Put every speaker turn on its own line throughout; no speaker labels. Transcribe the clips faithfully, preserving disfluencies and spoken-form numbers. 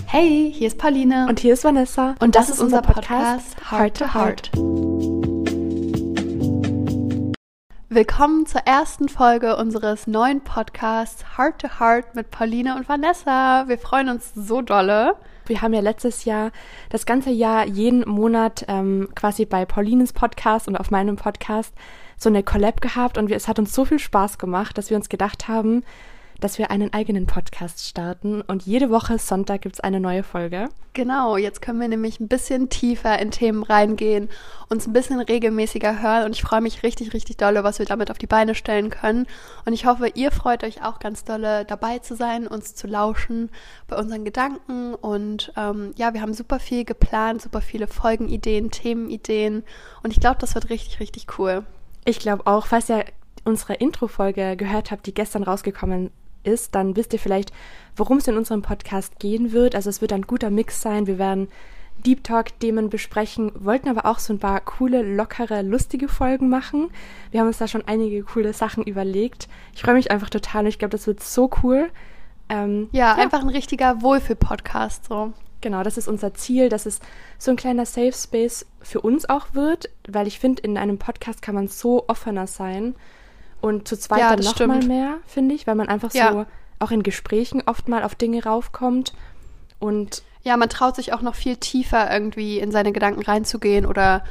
Hey, hier ist Pauline.
Und hier ist Vanessa.
Und das, das ist unser Podcast, Podcast Heart to Heart. Willkommen zur ersten Folge unseres neuen Podcasts Heart to Heart mit Pauline und Vanessa. Wir freuen uns so dolle.
Wir haben ja letztes Jahr, das ganze Jahr, jeden Monat ähm, quasi bei Paulines Podcast und auf meinem Podcast so eine Collab gehabt. Und wir, es hat uns so viel Spaß gemacht, dass wir uns gedacht haben, dass wir einen eigenen Podcast starten. Und jede Woche Sonntag gibt es eine neue Folge.
Genau, jetzt können wir nämlich ein bisschen tiefer in Themen reingehen, uns ein bisschen regelmäßiger hören. Und ich freue mich richtig, richtig dolle, was wir damit auf die Beine stellen können. Und ich hoffe, ihr freut euch auch ganz dolle, dabei zu sein, uns zu lauschen bei unseren Gedanken. Und ähm, ja, wir haben super viel geplant, super viele Folgenideen, Themenideen. Und ich glaube, das wird richtig, richtig cool.
Ich glaube auch, falls ihr unsere Intro-Folge gehört habt, die gestern rausgekommen ist, dann wisst ihr vielleicht, worum es in unserem Podcast gehen wird. Also es wird ein guter Mix sein. Wir werden Deep Talk-Themen besprechen, wollten aber auch so ein paar coole, lockere, lustige Folgen machen. Wir haben uns da schon einige coole Sachen überlegt. Ich freue mich einfach total und ich glaube, das wird so cool.
Ähm, ja, ja, einfach ein richtiger Wohlfühl-Podcast. So.
Genau, das ist unser Ziel, dass es so ein kleiner Safe Space für uns auch wird, weil ich finde, in einem Podcast kann man so offener sein. Und zu zweit
ja,
dann noch mal mehr, finde ich, weil man einfach
ja.
so auch in Gesprächen oft mal auf Dinge raufkommt. Und
ja, man traut sich auch noch viel tiefer irgendwie in seine Gedanken reinzugehen oder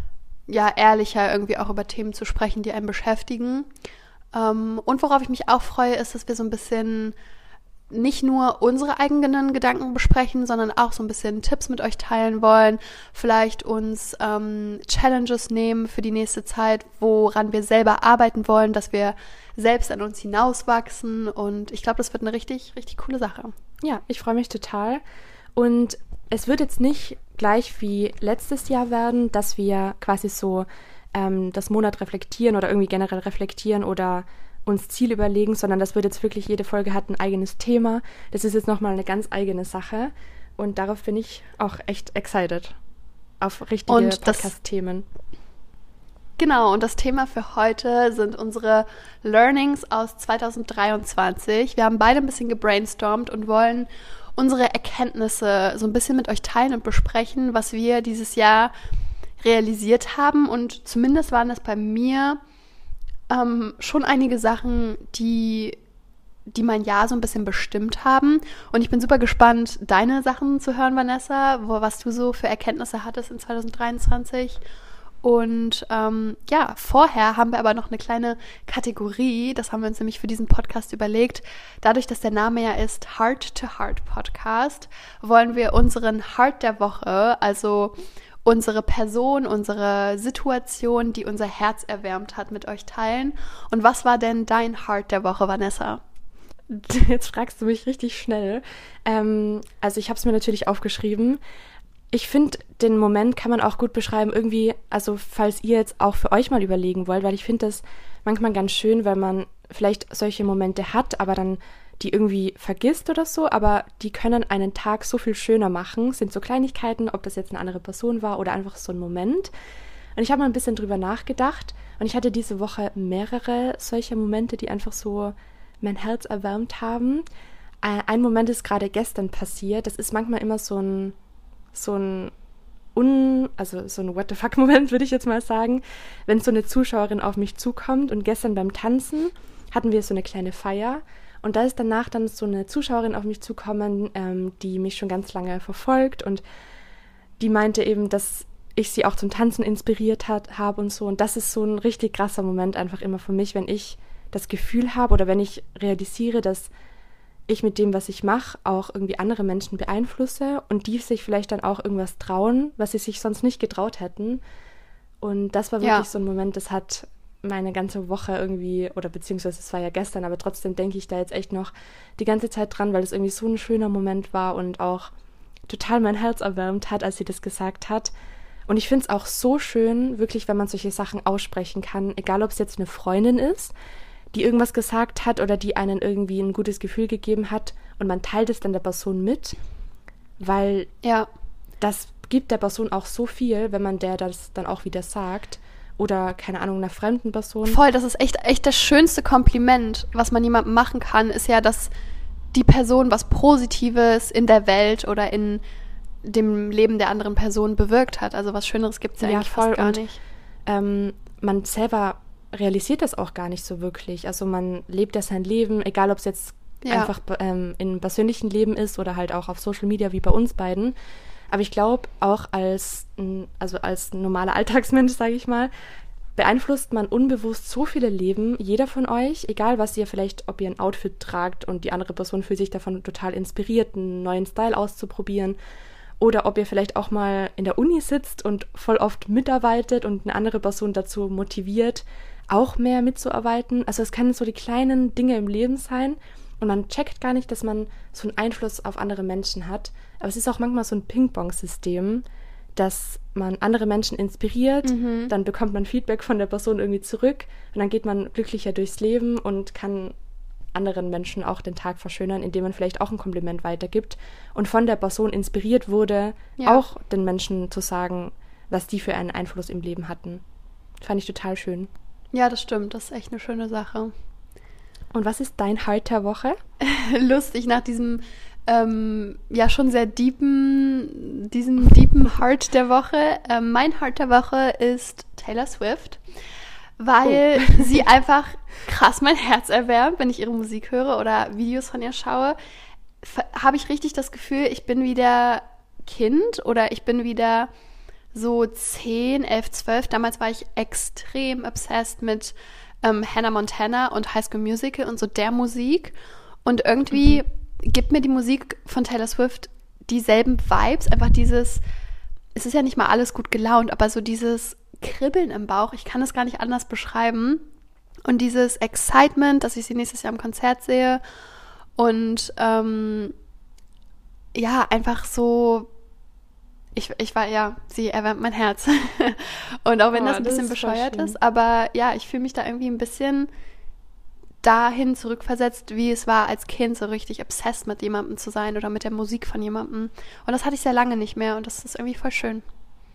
ja, ehrlicher irgendwie auch über Themen zu sprechen, die einen beschäftigen. Ähm, und worauf ich mich auch freue, ist, dass wir so ein bisschen nicht nur unsere eigenen Gedanken besprechen, sondern auch so ein bisschen Tipps mit euch teilen wollen, vielleicht uns ähm, Challenges nehmen für die nächste Zeit, woran wir selber arbeiten wollen, dass wir selbst an uns hinauswachsen und ich glaube, das wird eine richtig, richtig coole Sache.
Ja, ich freue mich total und es wird jetzt nicht gleich wie letztes Jahr werden, dass wir quasi so ähm, das Monat reflektieren oder irgendwie generell reflektieren oder uns Ziel überlegen, sondern das wird jetzt wirklich, jede Folge hat ein eigenes Thema. Das ist jetzt nochmal eine ganz eigene Sache und darauf bin ich auch echt excited. Auf richtige Podcast-Themen.
Genau, und das Thema für heute sind unsere Learnings aus zwanzig dreiundzwanzig. Wir haben beide ein bisschen gebrainstormt und wollen unsere Erkenntnisse so ein bisschen mit euch teilen und besprechen, was wir dieses Jahr realisiert haben und zumindest waren das bei mir Ähm, schon einige Sachen, die, die mein Jahr so ein bisschen bestimmt haben. Und ich bin super gespannt, deine Sachen zu hören, Vanessa, wo, was du so für Erkenntnisse hattest in zwanzig dreiundzwanzig. Und ähm, ja, vorher haben wir aber noch eine kleine Kategorie, das haben wir uns nämlich für diesen Podcast überlegt. Dadurch, dass der Name ja ist Heart to Heart Podcast, wollen wir unseren Heart der Woche, also unsere Person, unsere Situation, die unser Herz erwärmt hat, mit euch teilen. Und was war denn dein Heart der Woche, Vanessa?
Jetzt fragst du mich richtig schnell. Ähm, also ich habe es mir natürlich aufgeschrieben. Ich finde, den Moment kann man auch gut beschreiben, irgendwie, also falls ihr jetzt auch für euch mal überlegen wollt, weil ich finde das manchmal ganz schön, wenn man vielleicht solche Momente hat, aber dann die irgendwie vergisst oder so, aber die können einen Tag so viel schöner machen, sind so Kleinigkeiten, ob das jetzt eine andere Person war oder einfach so ein Moment. Und ich habe mal ein bisschen drüber nachgedacht und ich hatte diese Woche mehrere solcher Momente, die einfach so mein Herz erwärmt haben. Ein Moment ist gerade gestern passiert, das ist manchmal immer so ein, so ein un, also so ein What the fuck-Moment, würde ich jetzt mal sagen, wenn so eine Zuschauerin auf mich zukommt und gestern beim Tanzen hatten wir so eine kleine Feier. Und da ist danach dann so eine Zuschauerin auf mich zugekommen, ähm, die mich schon ganz lange verfolgt und die meinte eben, dass ich sie auch zum Tanzen inspiriert hat, habe und so. Und das ist so ein richtig krasser Moment einfach immer für mich, wenn ich das Gefühl habe oder wenn ich realisiere, dass ich mit dem, was ich mache, auch irgendwie andere Menschen beeinflusse und die sich vielleicht dann auch irgendwas trauen, was sie sich sonst nicht getraut hätten. Und das war wirklich ja. so ein Moment, das hat meine ganze Woche irgendwie, oder beziehungsweise es war ja gestern, aber trotzdem denke ich da jetzt echt noch die ganze Zeit dran, weil es irgendwie so ein schöner Moment war und auch total mein Herz erwärmt hat, als sie das gesagt hat. Und ich finde es auch so schön, wirklich, wenn man solche Sachen aussprechen kann, egal ob es jetzt eine Freundin ist, die irgendwas gesagt hat oder die einen irgendwie ein gutes Gefühl gegeben hat und man teilt es dann der Person mit, weil
ja.
das gibt der Person auch so viel, wenn man der das dann auch wieder sagt. Oder, keine Ahnung, einer fremden Person.
Voll, das ist echt, echt das schönste Kompliment, was man jemandem machen kann, ist ja, dass die Person was Positives in der Welt oder in dem Leben der anderen Person bewirkt hat. Also was Schöneres gibt es ja, ja eigentlich voll fast gar
und,
nicht.
Ähm, man selber realisiert das auch gar nicht so wirklich. Also man lebt ja sein Leben, egal ob es jetzt ja. einfach ähm, im persönlichen Leben ist oder halt auch auf Social Media wie bei uns beiden. Aber ich glaube, auch als, also als normaler Alltagsmensch, sage ich mal, beeinflusst man unbewusst so viele Leben, jeder von euch, egal was ihr vielleicht, ob ihr ein Outfit tragt und die andere Person fühlt sich davon total inspiriert, einen neuen Style auszuprobieren, oder ob ihr vielleicht auch mal in der Uni sitzt und voll oft mitarbeitet und eine andere Person dazu motiviert, auch mehr mitzuarbeiten. Also es können so die kleinen Dinge im Leben sein und man checkt gar nicht, dass man so einen Einfluss auf andere Menschen hat. Aber es ist auch manchmal so ein Ping-Pong-System, dass man andere Menschen inspiriert, mhm. dann bekommt man Feedback von der Person irgendwie zurück und dann geht man glücklicher durchs Leben und kann anderen Menschen auch den Tag verschönern, indem man vielleicht auch ein Kompliment weitergibt und von der Person inspiriert wurde, ja. auch den Menschen zu sagen, was die für einen Einfluss im Leben hatten. Fand ich total schön.
Ja, das stimmt. Das ist echt eine schöne Sache.
Und was ist dein Heart der Woche?
Lustig, nach diesem ähm, ja schon sehr deepen, diesem deepen Heart der Woche. Ähm, mein Heart der Woche ist Taylor Swift, weil oh. sie einfach krass mein Herz erwärmt, wenn ich ihre Musik höre oder Videos von ihr schaue. Habe ich richtig das Gefühl, ich bin wieder Kind oder ich bin wieder so zehn, elf, zwölf. Damals war ich extrem obsessed mit ähm, Hannah Montana und High School Musical und so der Musik. Und irgendwie mhm. gibt mir die Musik von Taylor Swift dieselben Vibes. Einfach dieses, es ist ja nicht mal alles gut gelaunt, aber so dieses Kribbeln im Bauch. Ich kann es gar nicht anders beschreiben. Und dieses Excitement, dass ich sie nächstes Jahr im Konzert sehe. Und ähm, ja, einfach so, ich, ich war, ja, sie erwärmt mein Herz. Und auch wenn oh, das ein bisschen das ist bescheuert ist, aber ja, ich fühle mich da irgendwie ein bisschen dahin zurückversetzt, wie es war als Kind, so richtig obsessed mit jemandem zu sein oder mit der Musik von jemandem. Und das hatte ich sehr lange nicht mehr und das ist irgendwie voll schön.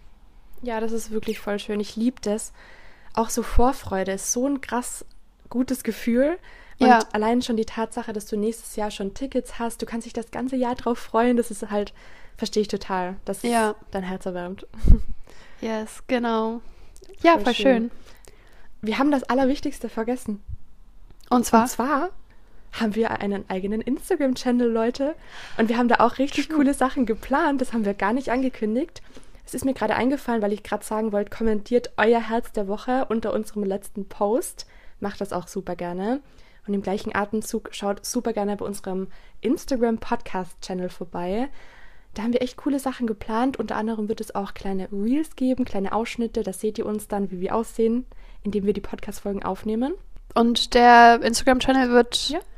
Ja, das ist wirklich voll schön. Ich liebe das. Auch so Vorfreude ist so ein krass gutes Gefühl. Und ja. allein schon die Tatsache, dass du nächstes Jahr schon Tickets hast, du kannst dich das ganze Jahr drauf freuen, das ist halt, verstehe ich total, dass ja. dein Herz erwärmt.
Yes, genau. Ja, voll, voll schön. schön.
Wir haben das Allerwichtigste vergessen.
Und zwar?
Und zwar haben wir einen eigenen Instagram-Channel, Leute. Und wir haben da auch richtig coole Sachen geplant, das haben wir gar nicht angekündigt. Es ist mir gerade eingefallen, weil ich gerade sagen wollte, kommentiert euer Herz der Woche unter unserem letzten Post. Macht das auch super gerne. Und im gleichen Atemzug schaut super gerne bei unserem Instagram-Podcast-Channel vorbei. Da haben wir echt coole Sachen geplant. Unter anderem wird es auch kleine Reels geben, kleine Ausschnitte. Da seht ihr uns dann, wie wir aussehen, indem wir die Podcast-Folgen aufnehmen.
Und der Instagram-Channel wird
ja.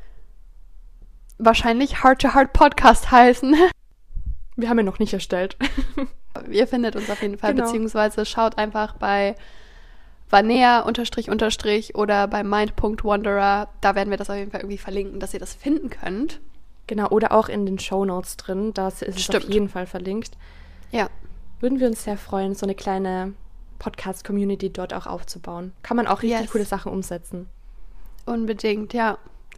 wahrscheinlich Heart to Heart Podcast heißen.
Wir haben ihn noch nicht erstellt.
Ihr findet uns auf jeden Fall,
genau.
beziehungsweise schaut einfach bei Vanea unterstrich unterstrich oder bei mind.wanderer. Da werden wir das auf jeden Fall irgendwie verlinken, dass ihr das finden könnt.
Genau, oder auch in den Shownotes drin. Da ist es
Stimmt.
auf jeden Fall verlinkt.
Ja.
Würden wir uns sehr freuen, so eine kleine Podcast-Community dort auch aufzubauen. Kann man auch richtig yes. coole Sachen umsetzen.
Unbedingt, ja.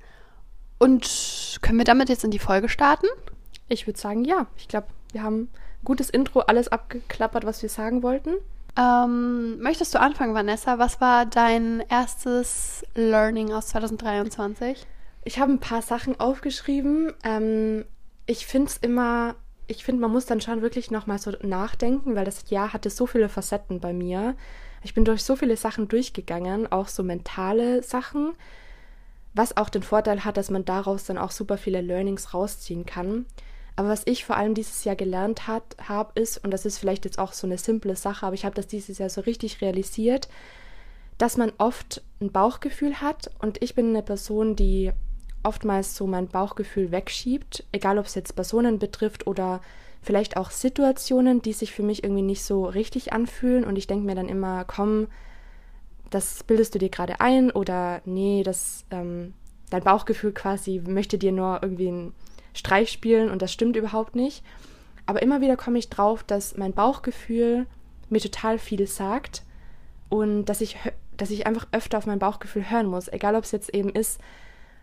Und können wir damit jetzt in die Folge starten?
Ich würde sagen, ja. Ich glaube, wir haben ein gutes Intro, alles abgeklappert, was wir sagen wollten.
Ähm, möchtest du anfangen, Vanessa? Was war dein erstes Learning aus zwanzig dreiundzwanzig?
Ich habe ein paar Sachen aufgeschrieben. Ähm, ich finde es immer, ich finde, man muss dann schon wirklich nochmal so nachdenken, weil das Jahr hatte so viele Facetten bei mir. Ich bin durch so viele Sachen durchgegangen, auch so mentale Sachen, was auch den Vorteil hat, dass man daraus dann auch super viele Learnings rausziehen kann. Aber was ich vor allem dieses Jahr gelernt habe, ist, und das ist vielleicht jetzt auch so eine simple Sache, aber ich habe das dieses Jahr so richtig realisiert, dass man oft ein Bauchgefühl hat und ich bin eine Person, die oftmals so mein Bauchgefühl wegschiebt, egal ob es jetzt Personen betrifft oder vielleicht auch Situationen, die sich für mich irgendwie nicht so richtig anfühlen und ich denke mir dann immer, komm, das bildest du dir gerade ein oder nee, das ähm, dein Bauchgefühl quasi möchte dir nur irgendwie ein Streich spielen und das stimmt überhaupt nicht. Aber immer wieder komme ich drauf, dass mein Bauchgefühl mir total viel sagt und dass ich, dass ich einfach öfter auf mein Bauchgefühl hören muss. Egal, ob es jetzt eben ist,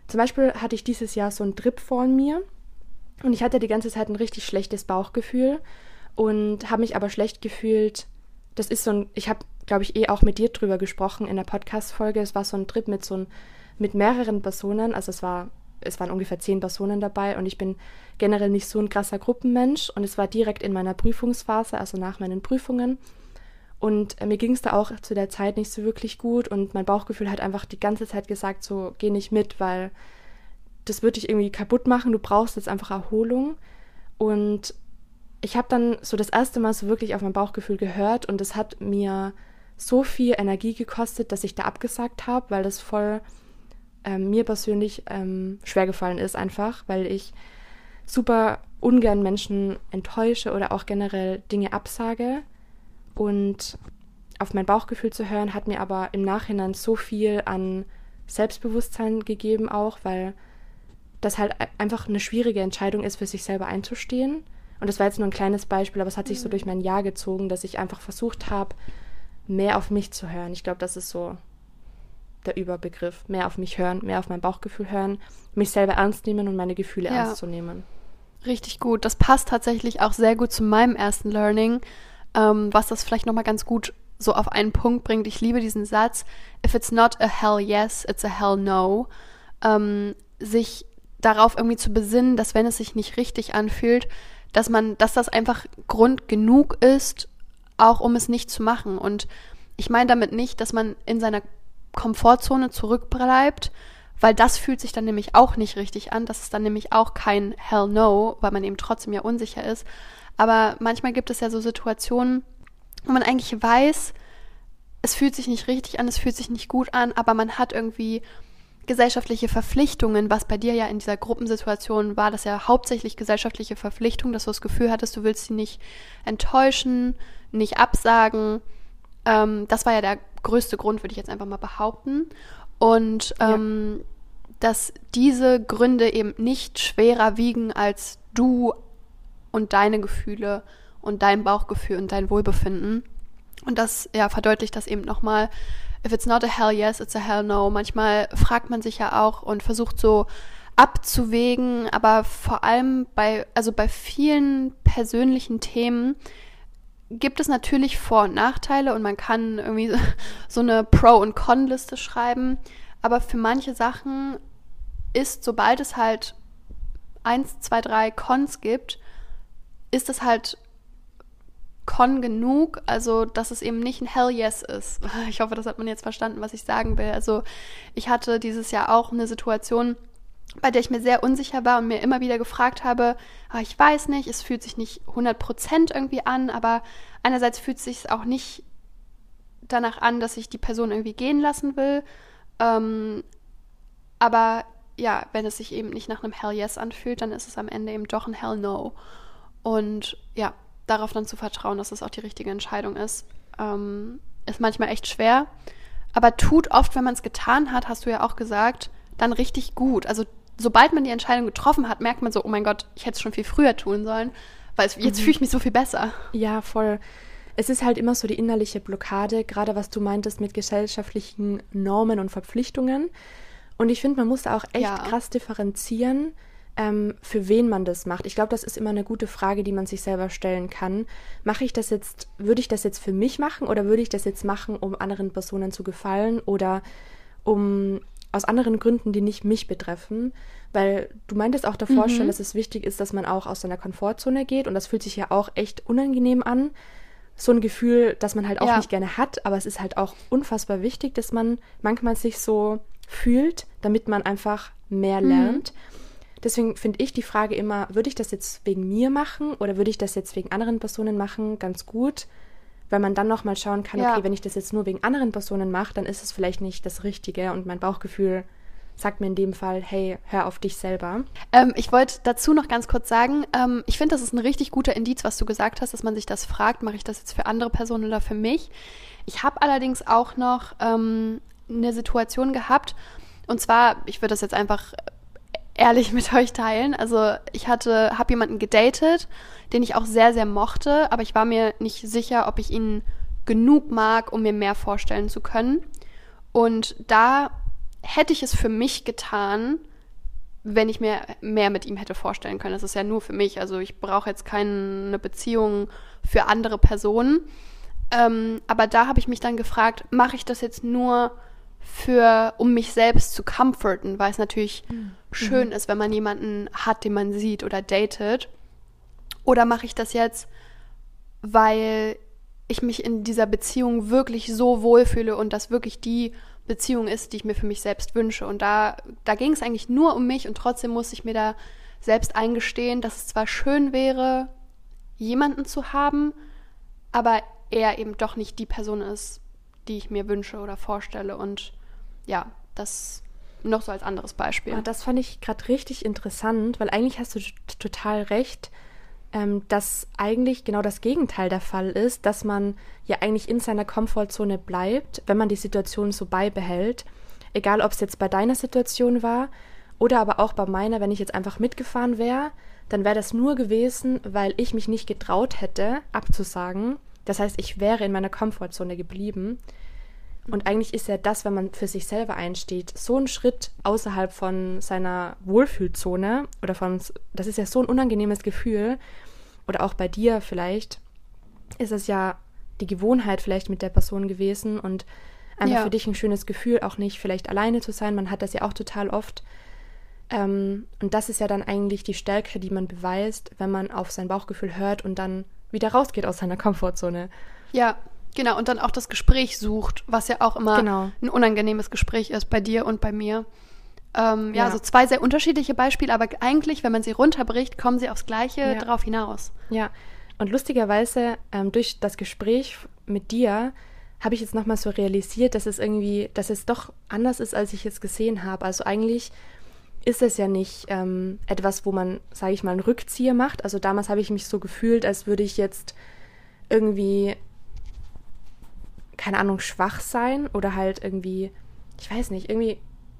zum Beispiel hatte ich dieses Jahr so einen Trip vor mir und ich hatte die ganze Zeit ein richtig schlechtes Bauchgefühl und habe mich aber schlecht gefühlt. Das ist so ein, ich habe, glaube ich, eh auch mit dir drüber gesprochen in der Podcast-Folge. Es war so ein Trip mit so ein, mit mehreren Personen, also es war, es waren ungefähr zehn Personen dabei und ich bin generell nicht so ein krasser Gruppenmensch und es war direkt in meiner Prüfungsphase, also nach meinen Prüfungen. Und äh, mir ging es da auch zu der Zeit nicht so wirklich gut und mein Bauchgefühl hat einfach die ganze Zeit gesagt, so, geh nicht mit, weil das wird dich irgendwie kaputt machen, du brauchst jetzt einfach Erholung. Und ich habe dann so das erste Mal so wirklich auf mein Bauchgefühl gehört und es hat mir so viel Energie gekostet, dass ich da abgesagt habe, weil das voll ähm, mir persönlich ähm, schwer gefallen ist einfach, weil ich super ungern Menschen enttäusche oder auch generell Dinge absage. Und auf mein Bauchgefühl zu hören, hat mir aber im Nachhinein so viel an Selbstbewusstsein gegeben auch, weil das halt einfach eine schwierige Entscheidung ist, für sich selber einzustehen. Und das war jetzt nur ein kleines Beispiel, aber es hat sich so durch mein Jahr gezogen, dass ich einfach versucht habe, mehr auf mich zu hören. Ich glaube, das ist so der Überbegriff. Mehr auf mich hören, mehr auf mein Bauchgefühl hören, mich selber ernst nehmen und meine Gefühle
Ja.
ernst zu nehmen.
Richtig gut. Das passt tatsächlich auch sehr gut zu meinem ersten Learning, ähm, was das vielleicht nochmal ganz gut so auf einen Punkt bringt. Ich liebe diesen Satz, if it's not a hell yes, it's a hell no. Ähm, sich darauf irgendwie zu besinnen, dass wenn es sich nicht richtig anfühlt, dass man, dass das einfach Grund genug ist, auch um es nicht zu machen. Und ich meine damit nicht, dass man in seiner Komfortzone zurückbleibt, weil das fühlt sich dann nämlich auch nicht richtig an. Das ist dann nämlich auch kein Hell no, weil man eben trotzdem ja unsicher ist. Aber manchmal gibt es ja so Situationen, wo man eigentlich weiß, es fühlt sich nicht richtig an, es fühlt sich nicht gut an, aber man hat irgendwie gesellschaftliche Verpflichtungen, was bei dir ja in dieser Gruppensituation war, das ja hauptsächlich gesellschaftliche Verpflichtungen, dass du das Gefühl hattest, du willst sie nicht enttäuschen, nicht absagen. Ähm, das war ja der größte Grund, würde ich jetzt einfach mal behaupten. Und ähm, ja. dass diese Gründe eben nicht schwerer wiegen als du und deine Gefühle und dein Bauchgefühl und dein Wohlbefinden. Und das ja verdeutlicht das eben nochmal. If it's not a hell yes, it's a hell no. Manchmal fragt man sich ja auch und versucht so abzuwägen, aber vor allem bei, also bei vielen persönlichen Themen gibt es natürlich Vor- und Nachteile und man kann irgendwie so eine Pro- und Con-Liste schreiben, aber für manche Sachen ist, sobald es halt eins, zwei, drei Cons gibt, ist es halt Con genug, also dass es eben nicht ein Hell Yes ist. Ich hoffe, das hat man jetzt verstanden, was ich sagen will. Also ich hatte dieses Jahr auch eine Situation, bei der ich mir sehr unsicher war und mir immer wieder gefragt habe, ah, ich weiß nicht, es fühlt sich nicht hundert Prozent irgendwie an, aber einerseits fühlt es sich auch nicht danach an, dass ich die Person irgendwie gehen lassen will, ähm, aber ja, wenn es sich eben nicht nach einem Hell Yes anfühlt, dann ist es am Ende eben doch ein Hell No. Und ja, darauf dann zu vertrauen, dass das auch die richtige Entscheidung ist, ähm, ist manchmal echt schwer, aber tut oft, wenn man es getan hat, hast du ja auch gesagt, dann richtig gut. Also sobald man die Entscheidung getroffen hat, merkt man so, oh mein Gott, ich hätte es schon viel früher tun sollen, weil es, jetzt mhm. fühle ich mich so viel besser.
Ja, voll. Es ist halt immer so die innerliche Blockade, gerade was du meintest mit gesellschaftlichen Normen und Verpflichtungen. Und ich finde, man muss da auch echt ja. krass differenzieren, ähm, für wen man das macht. Ich glaube, das ist immer eine gute Frage, die man sich selber stellen kann. Mache ich das jetzt, würde ich das jetzt für mich machen oder würde ich das jetzt machen, um anderen Personen zu gefallen oder um aus anderen Gründen, die nicht mich betreffen? Weil du meintest auch davor mhm. schon, dass es wichtig ist, dass man auch aus seiner Komfortzone geht und das fühlt sich ja auch echt unangenehm an. So ein Gefühl, das man halt auch ja. nicht gerne hat, aber es ist halt auch unfassbar wichtig, dass man manchmal sich so fühlt, damit man einfach mehr lernt. Mhm. Deswegen finde ich die Frage immer, würde ich das jetzt wegen mir machen oder würde ich das jetzt wegen anderen Personen machen, ganz gut, weil man dann nochmal schauen kann, ja. okay, wenn ich das jetzt nur wegen anderen Personen mache, dann ist es vielleicht nicht das Richtige und mein Bauchgefühl sagt mir in dem Fall, hey, hör auf dich selber.
Ähm, ich wollte dazu noch ganz kurz sagen, ähm, ich finde, das ist ein richtig guter Indiz, was du gesagt hast, dass man sich das fragt, mache ich das jetzt für andere Personen oder für mich? Ich habe allerdings auch noch ähm, eine Situation gehabt, und zwar, ich würde das jetzt einfach ehrlich mit euch teilen. Also ich hatte, habe jemanden gedatet, den ich auch sehr, sehr mochte, aber ich war mir nicht sicher, ob ich ihn genug mag, um mir mehr vorstellen zu können. Und da hätte ich es für mich getan, wenn ich mir mehr mit ihm hätte vorstellen können. Das ist ja nur für mich. Also ich brauche jetzt keine Beziehung für andere Personen. Ähm, aber da habe ich mich dann gefragt, mache ich das jetzt nur für, um mich selbst zu comforten, weil es natürlich mhm. schön ist, wenn man jemanden hat, den man sieht oder datet. Oder mache ich das jetzt, weil ich mich in dieser Beziehung wirklich so wohlfühle und das wirklich die Beziehung ist, die ich mir für mich selbst wünsche. Und da, da ging es eigentlich nur um mich und trotzdem musste ich mir da selbst eingestehen, dass es zwar schön wäre, jemanden zu haben, aber er eben doch nicht die Person ist, die ich mir wünsche oder vorstelle. Und ja, das noch so als anderes Beispiel.
Ja, das fand ich gerade richtig interessant, weil eigentlich hast du t- total recht, ähm, dass eigentlich genau das Gegenteil der Fall ist, dass man ja eigentlich in seiner Komfortzone bleibt, wenn man die Situation so beibehält. Egal, ob es jetzt bei deiner Situation war oder aber auch bei meiner, wenn ich jetzt einfach mitgefahren wäre, dann wäre das nur gewesen, weil ich mich nicht getraut hätte, abzusagen. Das heißt, ich wäre in meiner Komfortzone geblieben. Und eigentlich ist ja das, wenn man für sich selber einsteht, so ein Schritt außerhalb von seiner Wohlfühlzone oder von, das ist ja so ein unangenehmes Gefühl. Oder auch bei dir vielleicht ist es ja die Gewohnheit vielleicht mit der Person gewesen und einfach
ja.
für dich ein schönes Gefühl, auch nicht vielleicht alleine zu sein. Man hat das ja auch total oft. Ähm, und das ist ja dann eigentlich die Stärke, die man beweist, wenn man auf sein Bauchgefühl hört und dann wieder rausgeht aus seiner Komfortzone.
Ja, genau. Und dann auch das Gespräch sucht, was ja auch immer
genau.
ein unangenehmes Gespräch ist bei dir und bei mir. Ähm, ja,
Ja.
also zwei sehr unterschiedliche Beispiele, aber eigentlich, wenn man sie runterbricht, kommen sie aufs Gleiche
Ja.
drauf hinaus.
Ja, und lustigerweise ähm, durch das Gespräch mit dir habe ich jetzt nochmal so realisiert, dass es irgendwie, dass es doch anders ist, als ich jetzt gesehen habe. Also eigentlich ist es ja nicht ähm, etwas, wo man, sage ich mal, einen Rückzieher macht. Also damals habe ich mich so gefühlt, als würde ich jetzt irgendwie, keine Ahnung, schwach sein oder halt irgendwie, ich weiß nicht, irgendwie,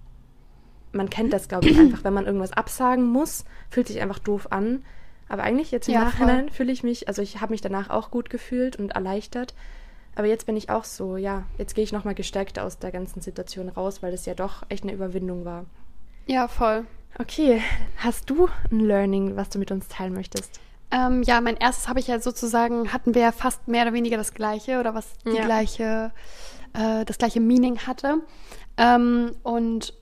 man kennt das, glaube ich, einfach, wenn man irgendwas absagen muss, fühlt sich einfach doof an. Aber eigentlich jetzt im
Ja,
Nachhinein
voll.
fühle ich mich, also ich habe mich danach auch gut gefühlt und erleichtert. Aber jetzt bin ich auch so, ja, jetzt gehe ich nochmal gestärkt aus der ganzen Situation raus, weil das ja doch echt eine Überwindung war.
Ja, voll.
Okay, hast du ein Learning, was du mit uns teilen möchtest?
Ähm, ja, mein erstes habe ich ja sozusagen, hatten wir ja fast mehr oder weniger das Gleiche oder was die
Ja.
gleiche, äh, das gleiche Meaning hatte. Ähm, und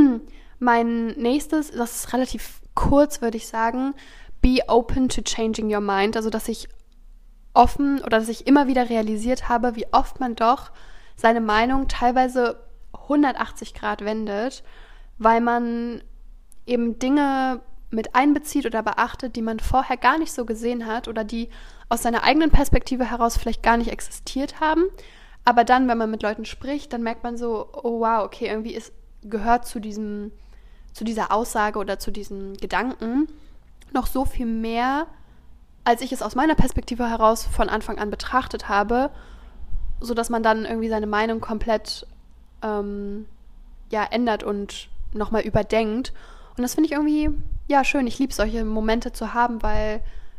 mein nächstes, das ist relativ kurz, würde ich sagen, be open to changing your mind. Also, dass ich offen oder dass ich immer wieder realisiert habe, wie oft man doch seine Meinung teilweise hundertachtzig Grad wendet, weil man eben Dinge mit einbezieht oder beachtet, die man vorher gar nicht so gesehen hat oder die aus seiner eigenen Perspektive heraus vielleicht gar nicht existiert haben. Aber dann, wenn man mit Leuten spricht, dann merkt man so, oh wow, okay, irgendwie ist, gehört zu diesem, zu dieser Aussage oder zu diesem Gedanken noch so viel mehr, als ich es aus meiner Perspektive heraus von Anfang an betrachtet habe, sodass man dann irgendwie seine Meinung komplett ähm, ja, ändert und nochmal überdenkt. Und das finde ich irgendwie, ja, schön. Ich liebe solche Momente zu haben, weil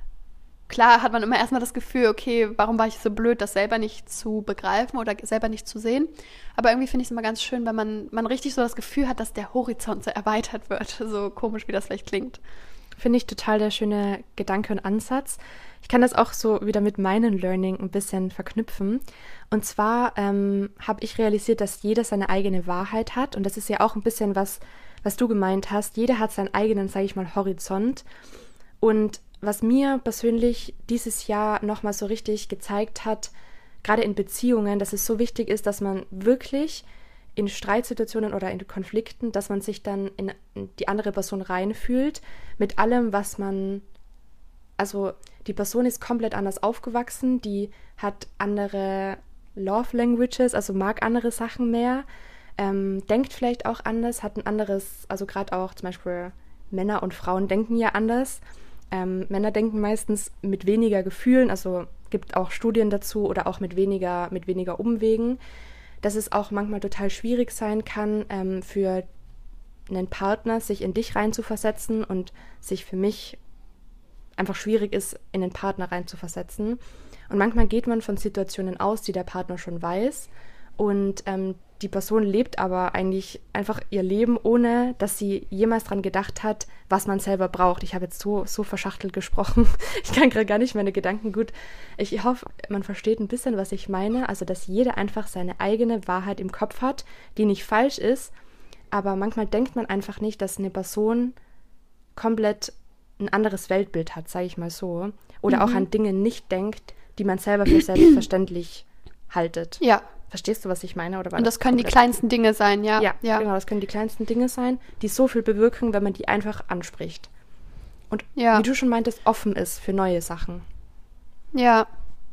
klar hat man immer erstmal das Gefühl, okay, warum war ich so blöd, das selber nicht zu begreifen oder selber nicht zu sehen. Aber irgendwie finde ich es immer ganz schön, wenn man, man richtig so das Gefühl hat, dass der Horizont so erweitert wird. So komisch, wie das vielleicht klingt.
Finde ich total der schöne Gedanke und Ansatz. Ich kann das auch so wieder mit meinem Learning ein bisschen verknüpfen. Und zwar ähm, habe ich realisiert, dass jeder seine eigene Wahrheit hat. Und das ist ja auch ein bisschen was, was du gemeint hast. Jeder hat seinen eigenen, sage ich mal, Horizont. Und was mir persönlich dieses Jahr nochmal so richtig gezeigt hat, gerade in Beziehungen, dass es so wichtig ist, dass man wirklich in Streitsituationen oder in Konflikten, dass man sich dann in die andere Person reinfühlt, mit allem, was man, also die Person ist komplett anders aufgewachsen, die hat andere Love Languages, also mag andere Sachen mehr, ähm, denkt vielleicht auch anders, hat ein anderes, also gerade auch zum Beispiel Männer und Frauen denken ja anders. Ähm, Männer denken meistens mit weniger Gefühlen, also gibt auch Studien dazu oder auch mit weniger, mit weniger Umwegen, dass es auch manchmal total schwierig sein kann, ähm, für einen Partner sich in dich reinzuversetzen und sich für mich einfach schwierig ist, in den Partner reinzuversetzen. Und manchmal geht man von Situationen aus, die der Partner schon weiß und ähm, die Person lebt aber eigentlich einfach ihr Leben, ohne dass sie jemals dran gedacht hat, was man selber braucht. Ich habe jetzt so, so verschachtelt gesprochen. Ich kann gerade gar nicht meine Gedanken gut. Ich hoffe, man versteht ein bisschen, was ich meine. Also, dass jeder einfach seine eigene Wahrheit im Kopf hat, die nicht falsch ist. Aber manchmal denkt man einfach nicht, dass eine Person komplett ein anderes Weltbild hat, sage ich mal so. Oder mhm. auch an Dinge nicht denkt, die man selber für selbstverständlich haltet.
Ja.
Verstehst du, was ich meine? Oder war
Und das,
das
können
komplett?
Die kleinsten Dinge sein, ja.
ja.
Ja,
genau, das können die kleinsten Dinge sein, die so viel bewirken, wenn man die einfach anspricht. Und
ja.
wie du schon meintest, offen ist für neue Sachen.
Ja.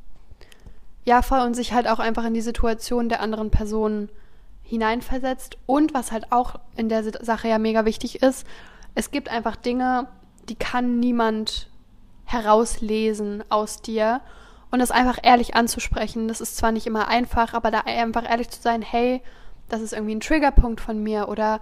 Ja, voll, und sich halt auch einfach in die Situation der anderen Person hineinversetzt. Und was halt auch in der Sache ja mega wichtig ist, es gibt einfach Dinge, die kann niemand herauslesen aus dir. Und das einfach ehrlich anzusprechen, das ist zwar nicht immer einfach, aber da einfach ehrlich zu sein, hey, das ist irgendwie ein Triggerpunkt von mir oder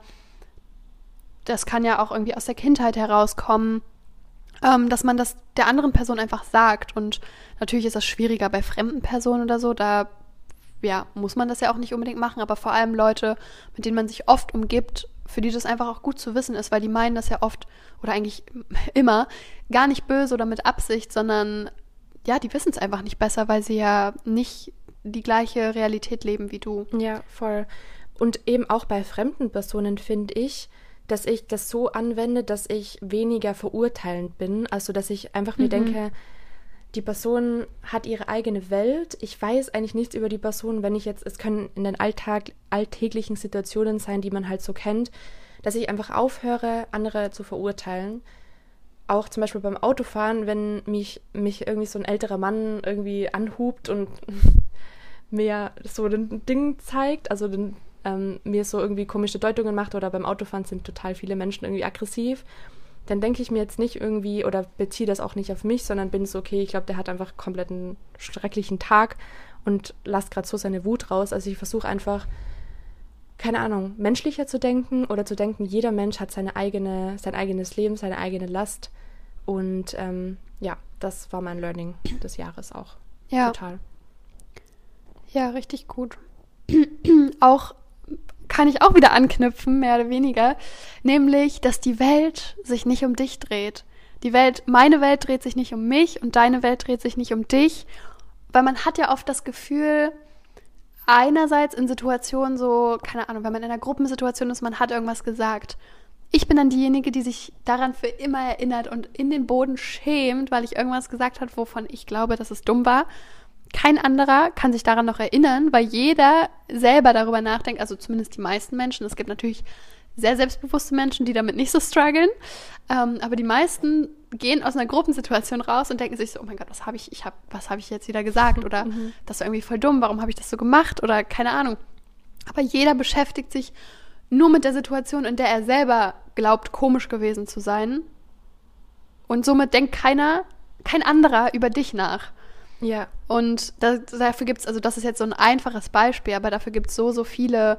das kann ja auch irgendwie aus der Kindheit herauskommen, ähm, dass man das der anderen Person einfach sagt. Und natürlich ist das schwieriger bei fremden Personen oder so, da ja, muss man das ja auch nicht unbedingt machen, aber vor allem Leute, mit denen man sich oft umgibt, für die das einfach auch gut zu wissen ist, weil die meinen das ja oft oder eigentlich immer gar nicht böse oder mit Absicht, sondern ja, die wissen es einfach nicht besser, weil sie ja nicht die gleiche Realität leben wie du.
Ja, voll. Und eben auch bei fremden Personen finde ich, dass ich das so anwende, dass ich weniger verurteilend bin. Also, dass ich einfach mir mhm. denke, die Person hat ihre eigene Welt. Ich weiß eigentlich nichts über die Person, wenn ich jetzt, es können in den Alltag, alltäglichen Situationen sein, die man halt so kennt, dass ich einfach aufhöre, andere zu verurteilen. Auch zum Beispiel beim Autofahren, wenn mich, mich irgendwie so ein älterer Mann irgendwie anhupt und mir so ein Ding zeigt, also den, ähm, mir so irgendwie komische Deutungen macht oder beim Autofahren sind total viele Menschen irgendwie aggressiv, dann denke ich mir jetzt nicht irgendwie oder beziehe das auch nicht auf mich, sondern bin so, okay, ich glaube, der hat einfach komplett einen schrecklichen Tag und lasst gerade so seine Wut raus. Also ich versuche einfach, keine Ahnung, menschlicher zu denken oder zu denken, jeder Mensch hat seine eigene, sein eigenes Leben, seine eigene Last. Und ähm, ja, das war mein Learning des Jahres auch.
Ja.
Total.
Ja, richtig gut. Auch kann ich auch wieder anknüpfen, mehr oder weniger, nämlich, dass die Welt sich nicht um dich dreht. Die Welt, meine Welt dreht sich nicht um mich und deine Welt dreht sich nicht um dich, weil man hat ja oft das Gefühl, einerseits in Situationen so, keine Ahnung, wenn man in einer Gruppensituation ist, man hat irgendwas gesagt. Ich bin dann diejenige, die sich daran für immer erinnert und in den Boden schämt, weil ich irgendwas gesagt habe, wovon ich glaube, dass es dumm war. Kein anderer kann sich daran noch erinnern, weil jeder selber darüber nachdenkt, also zumindest die meisten Menschen. Es gibt natürlich sehr selbstbewusste Menschen, die damit nicht so strugglen, ähm, aber die meisten gehen aus einer Gruppensituation raus und denken sich so, oh mein Gott, was habe ich, ich hab, was habe ich jetzt wieder gesagt oder mhm. das war irgendwie voll dumm, warum habe ich das so gemacht oder keine Ahnung. Aber jeder beschäftigt sich nur mit der Situation, in der er selber glaubt, komisch gewesen zu sein. Und somit denkt keiner, kein anderer über dich nach.
Ja.
Und da, dafür gibt es, also das ist jetzt so ein einfaches Beispiel, aber dafür gibt es so, so viele,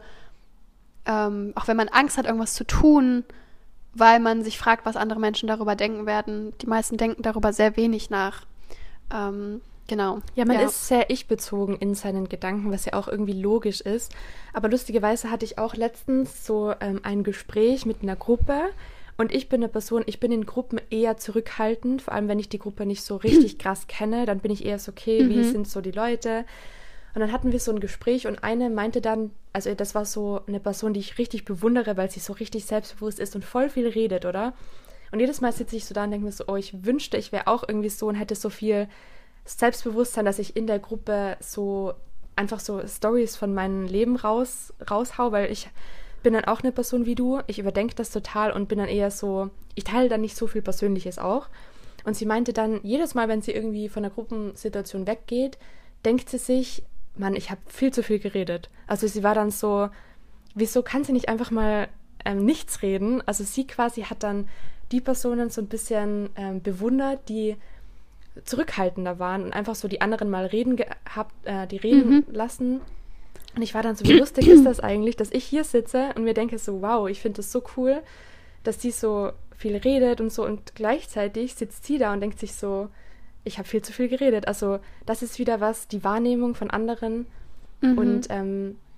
ähm, auch wenn man Angst hat, irgendwas zu tun, weil man sich fragt, was andere Menschen darüber denken werden. Die meisten denken darüber sehr wenig nach. Ähm, Genau.
Ja, man ja. ist sehr ich-bezogen in seinen Gedanken, was ja auch irgendwie logisch ist. Aber lustigerweise hatte ich auch letztens so ähm, ein Gespräch mit einer Gruppe und ich bin eine Person, ich bin in Gruppen eher zurückhaltend, vor allem wenn ich die Gruppe nicht so richtig krass kenne, dann bin ich eher so, okay, wie mhm. sind so die Leute? Und dann hatten wir so ein Gespräch und eine meinte dann, also das war so eine Person, die ich richtig bewundere, weil sie so richtig selbstbewusst ist und voll viel redet, oder? Und jedes Mal sitze ich so da und denke mir so, oh, ich wünschte, ich wäre auch irgendwie so und hätte so viel Selbstbewusstsein, dass ich in der Gruppe so einfach so Storys von meinem Leben raus, raushau, weil ich bin dann auch eine Person wie du, ich überdenke das total und bin dann eher so, ich teile dann nicht so viel Persönliches auch. Und sie meinte dann, jedes Mal, wenn sie irgendwie von der Gruppensituation weggeht, denkt sie sich, Mann, ich habe viel zu viel geredet. Also sie war dann so, wieso kann sie nicht einfach mal ähm, nichts reden? Also sie quasi hat dann die Personen so ein bisschen ähm, bewundert, die zurückhaltender waren und einfach so die anderen mal reden gehabt, äh, die reden mhm. lassen. Und ich war dann so, wie lustig ist das eigentlich, dass ich hier sitze und mir denke so, wow, ich finde das so cool, dass die so viel redet und so und gleichzeitig sitzt sie da und denkt sich so, ich habe viel zu viel geredet. Also das ist wieder was, die Wahrnehmung von anderen mhm. und ähm,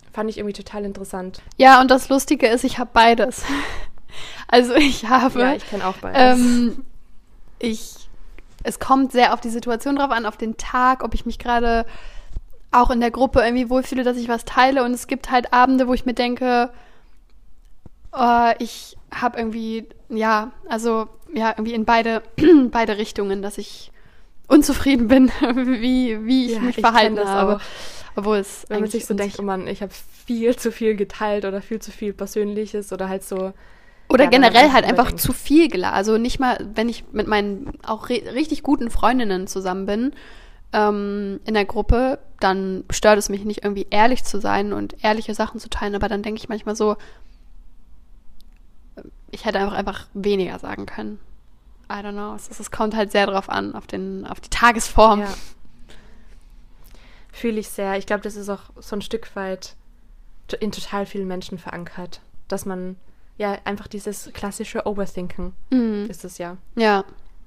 Fand ich irgendwie total interessant.
Ja, und das Lustige ist, ich habe beides. Also ich habe...
Ja, ich kenne auch beides.
Ähm, ich, es kommt sehr auf die Situation drauf an, auf den Tag, ob ich mich gerade auch in der Gruppe irgendwie wohlfühle, dass ich was teile. Und es gibt halt Abende, wo ich mir denke, oh, ich habe irgendwie, ja, also ja, irgendwie in beide, beide Richtungen, dass ich unzufrieden bin, wie, wie ich
Ja,
mich
ich
verhalten
kenn das
habe.
auch.
Obwohl es
Wenn man
eigentlich
sich so denkt,
unsicher-
oh Mann, ich habe viel zu viel geteilt oder viel zu viel Persönliches oder halt so.
Oder
ja, wenn man
generell
einfach
halt einfach
überdenkt.
zu viel geladen. Also nicht mal, wenn ich mit meinen auch re- richtig guten Freundinnen zusammen bin, ähm, in der Gruppe, dann stört es mich nicht, irgendwie ehrlich zu sein und ehrliche Sachen zu teilen. Aber dann denke ich manchmal so, ich hätte einfach, einfach weniger sagen können. I don't know. Es, ist- es kommt halt sehr drauf an, auf, den, auf die Tagesform.
Ja. Fühle ich sehr. Ich glaube, das ist auch so ein Stück weit to- in total vielen Menschen verankert, dass man ja einfach dieses klassische Overthinken
Mhm.
ist es ja.
Ja.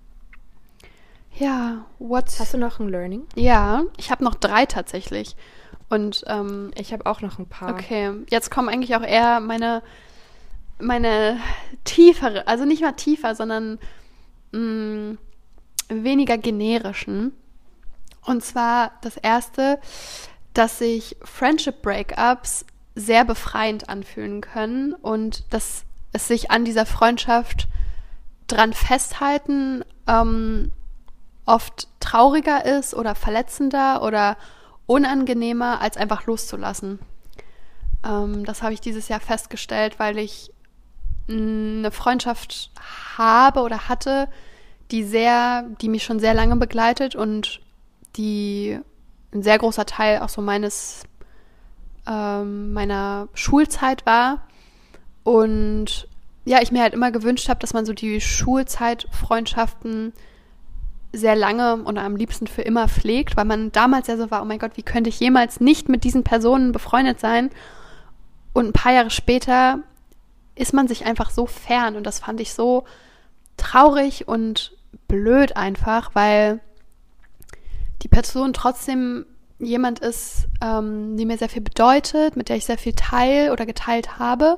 Ja, what?
Hast du noch ein Learning?
Ja, ich habe noch drei tatsächlich. Und ähm,
Ich habe auch noch ein paar.
okay, jetzt kommen eigentlich auch eher meine, meine tiefere, also nicht mal tiefer, sondern mh, weniger generischen. Und zwar das erste, dass sich Friendship Breakups sehr befreiend anfühlen können und dass es sich an dieser Freundschaft dran festhalten ähm, oft trauriger ist oder verletzender oder unangenehmer, als einfach loszulassen. Ähm, das habe ich dieses Jahr festgestellt, weil ich mh, eine Freundschaft habe oder hatte, die sehr, die mich schon sehr lange begleitet und die ein sehr großer Teil auch so meines ähm, meiner Schulzeit war. Und ja, ich mir halt immer gewünscht habe, dass man so die Schulzeitfreundschaften sehr lange und am liebsten für immer pflegt, weil man damals ja so war, oh mein Gott, wie könnte ich jemals nicht mit diesen Personen befreundet sein? Und ein paar Jahre später ist man sich einfach so fern und das fand ich so traurig und blöd einfach, weil die Person trotzdem jemand ist, ähm, die mir sehr viel bedeutet, mit der ich sehr viel teile oder geteilt habe.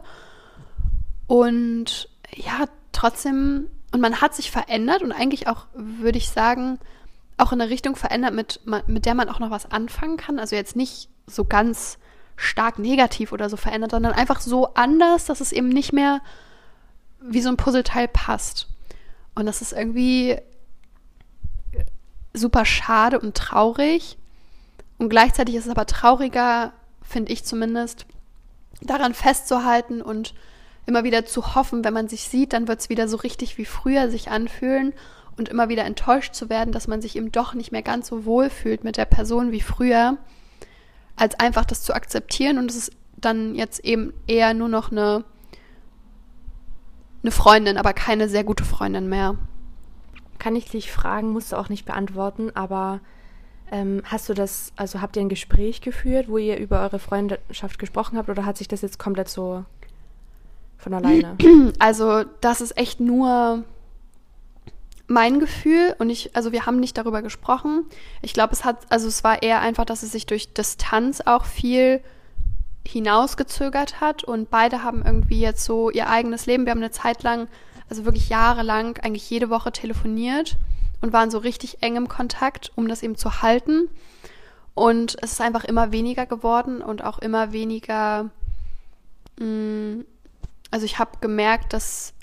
Und ja, trotzdem, und man hat sich verändert und eigentlich auch, würde ich sagen, auch in eine Richtung verändert, mit, mit der man auch noch was anfangen kann. Also jetzt nicht so ganz stark negativ oder so verändert, sondern einfach so anders, dass es eben nicht mehr wie so ein Puzzleteil passt. Und das ist irgendwie super schade und traurig. Und gleichzeitig ist es aber trauriger, finde ich zumindest, daran festzuhalten und immer wieder zu hoffen, wenn man sich sieht, dann wird es wieder so richtig wie früher sich anfühlen und immer wieder enttäuscht zu werden, dass man sich eben doch nicht mehr ganz so wohl fühlt mit der Person wie früher, als einfach das zu akzeptieren und es ist dann jetzt eben eher nur noch eine, eine Freundin, aber keine sehr gute Freundin mehr.
Kann ich dich fragen, musst du auch nicht beantworten, aber ähm, hast du das, also habt ihr ein Gespräch geführt, wo ihr über eure Freundschaft gesprochen habt oder hat sich das jetzt komplett so von alleine?
Also das ist echt nur mein Gefühl und ich, also wir haben nicht darüber gesprochen. Ich glaube, es hat, also es war eher einfach, dass es sich durch Distanz auch viel hinausgezögert hat und beide haben irgendwie jetzt so ihr eigenes Leben. Wir haben eine Zeit lang, also wirklich jahrelang, eigentlich jede Woche telefoniert und waren so richtig eng im Kontakt, um das eben zu halten. Und es ist einfach immer weniger geworden und auch immer weniger, mh, also ich habe gemerkt, dass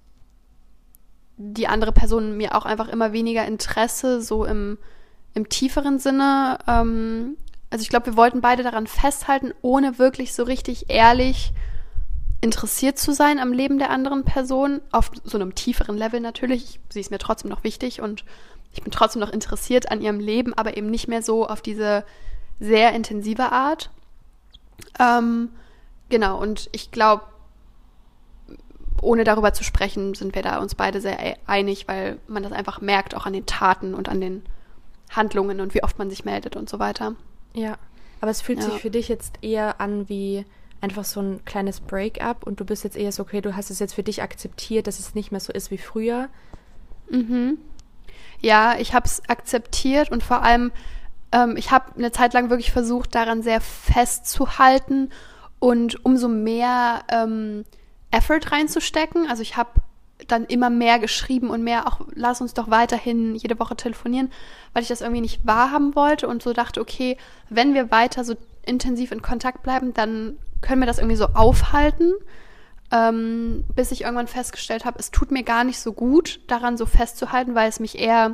die andere Person mir auch einfach immer weniger Interesse so im, im tieferen Sinne, ähm, also ich glaube, wir wollten beide daran festhalten, ohne wirklich so richtig ehrlich interessiert zu sein am Leben der anderen Person, auf so einem tieferen Level natürlich. Sie ist mir trotzdem noch wichtig und ich bin trotzdem noch interessiert an ihrem Leben, aber eben nicht mehr so auf diese sehr intensive Art. Ähm, genau, und ich glaube, ohne darüber zu sprechen, sind wir da uns beide sehr einig, weil man das einfach merkt, auch an den Taten und an den Handlungen und wie oft man sich meldet und so weiter.
Ja, aber es fühlt
Ja.
sich für dich jetzt eher an wie einfach so ein kleines Break-up und du bist jetzt eher so, okay, du hast es jetzt für dich akzeptiert, dass es nicht mehr so ist wie früher.
Mhm. Ja, ich habe es akzeptiert und vor allem ähm, ich habe eine Zeit lang wirklich versucht, daran sehr festzuhalten und umso mehr ähm, Effort reinzustecken. Also ich habe dann immer mehr geschrieben und mehr auch, lass uns doch weiterhin jede Woche telefonieren, weil ich das irgendwie nicht wahrhaben wollte und so dachte, okay, wenn wir weiter so intensiv in Kontakt bleiben, dann können wir das irgendwie so aufhalten, ähm, bis ich irgendwann festgestellt habe, es tut mir gar nicht so gut, daran so festzuhalten, weil es mich eher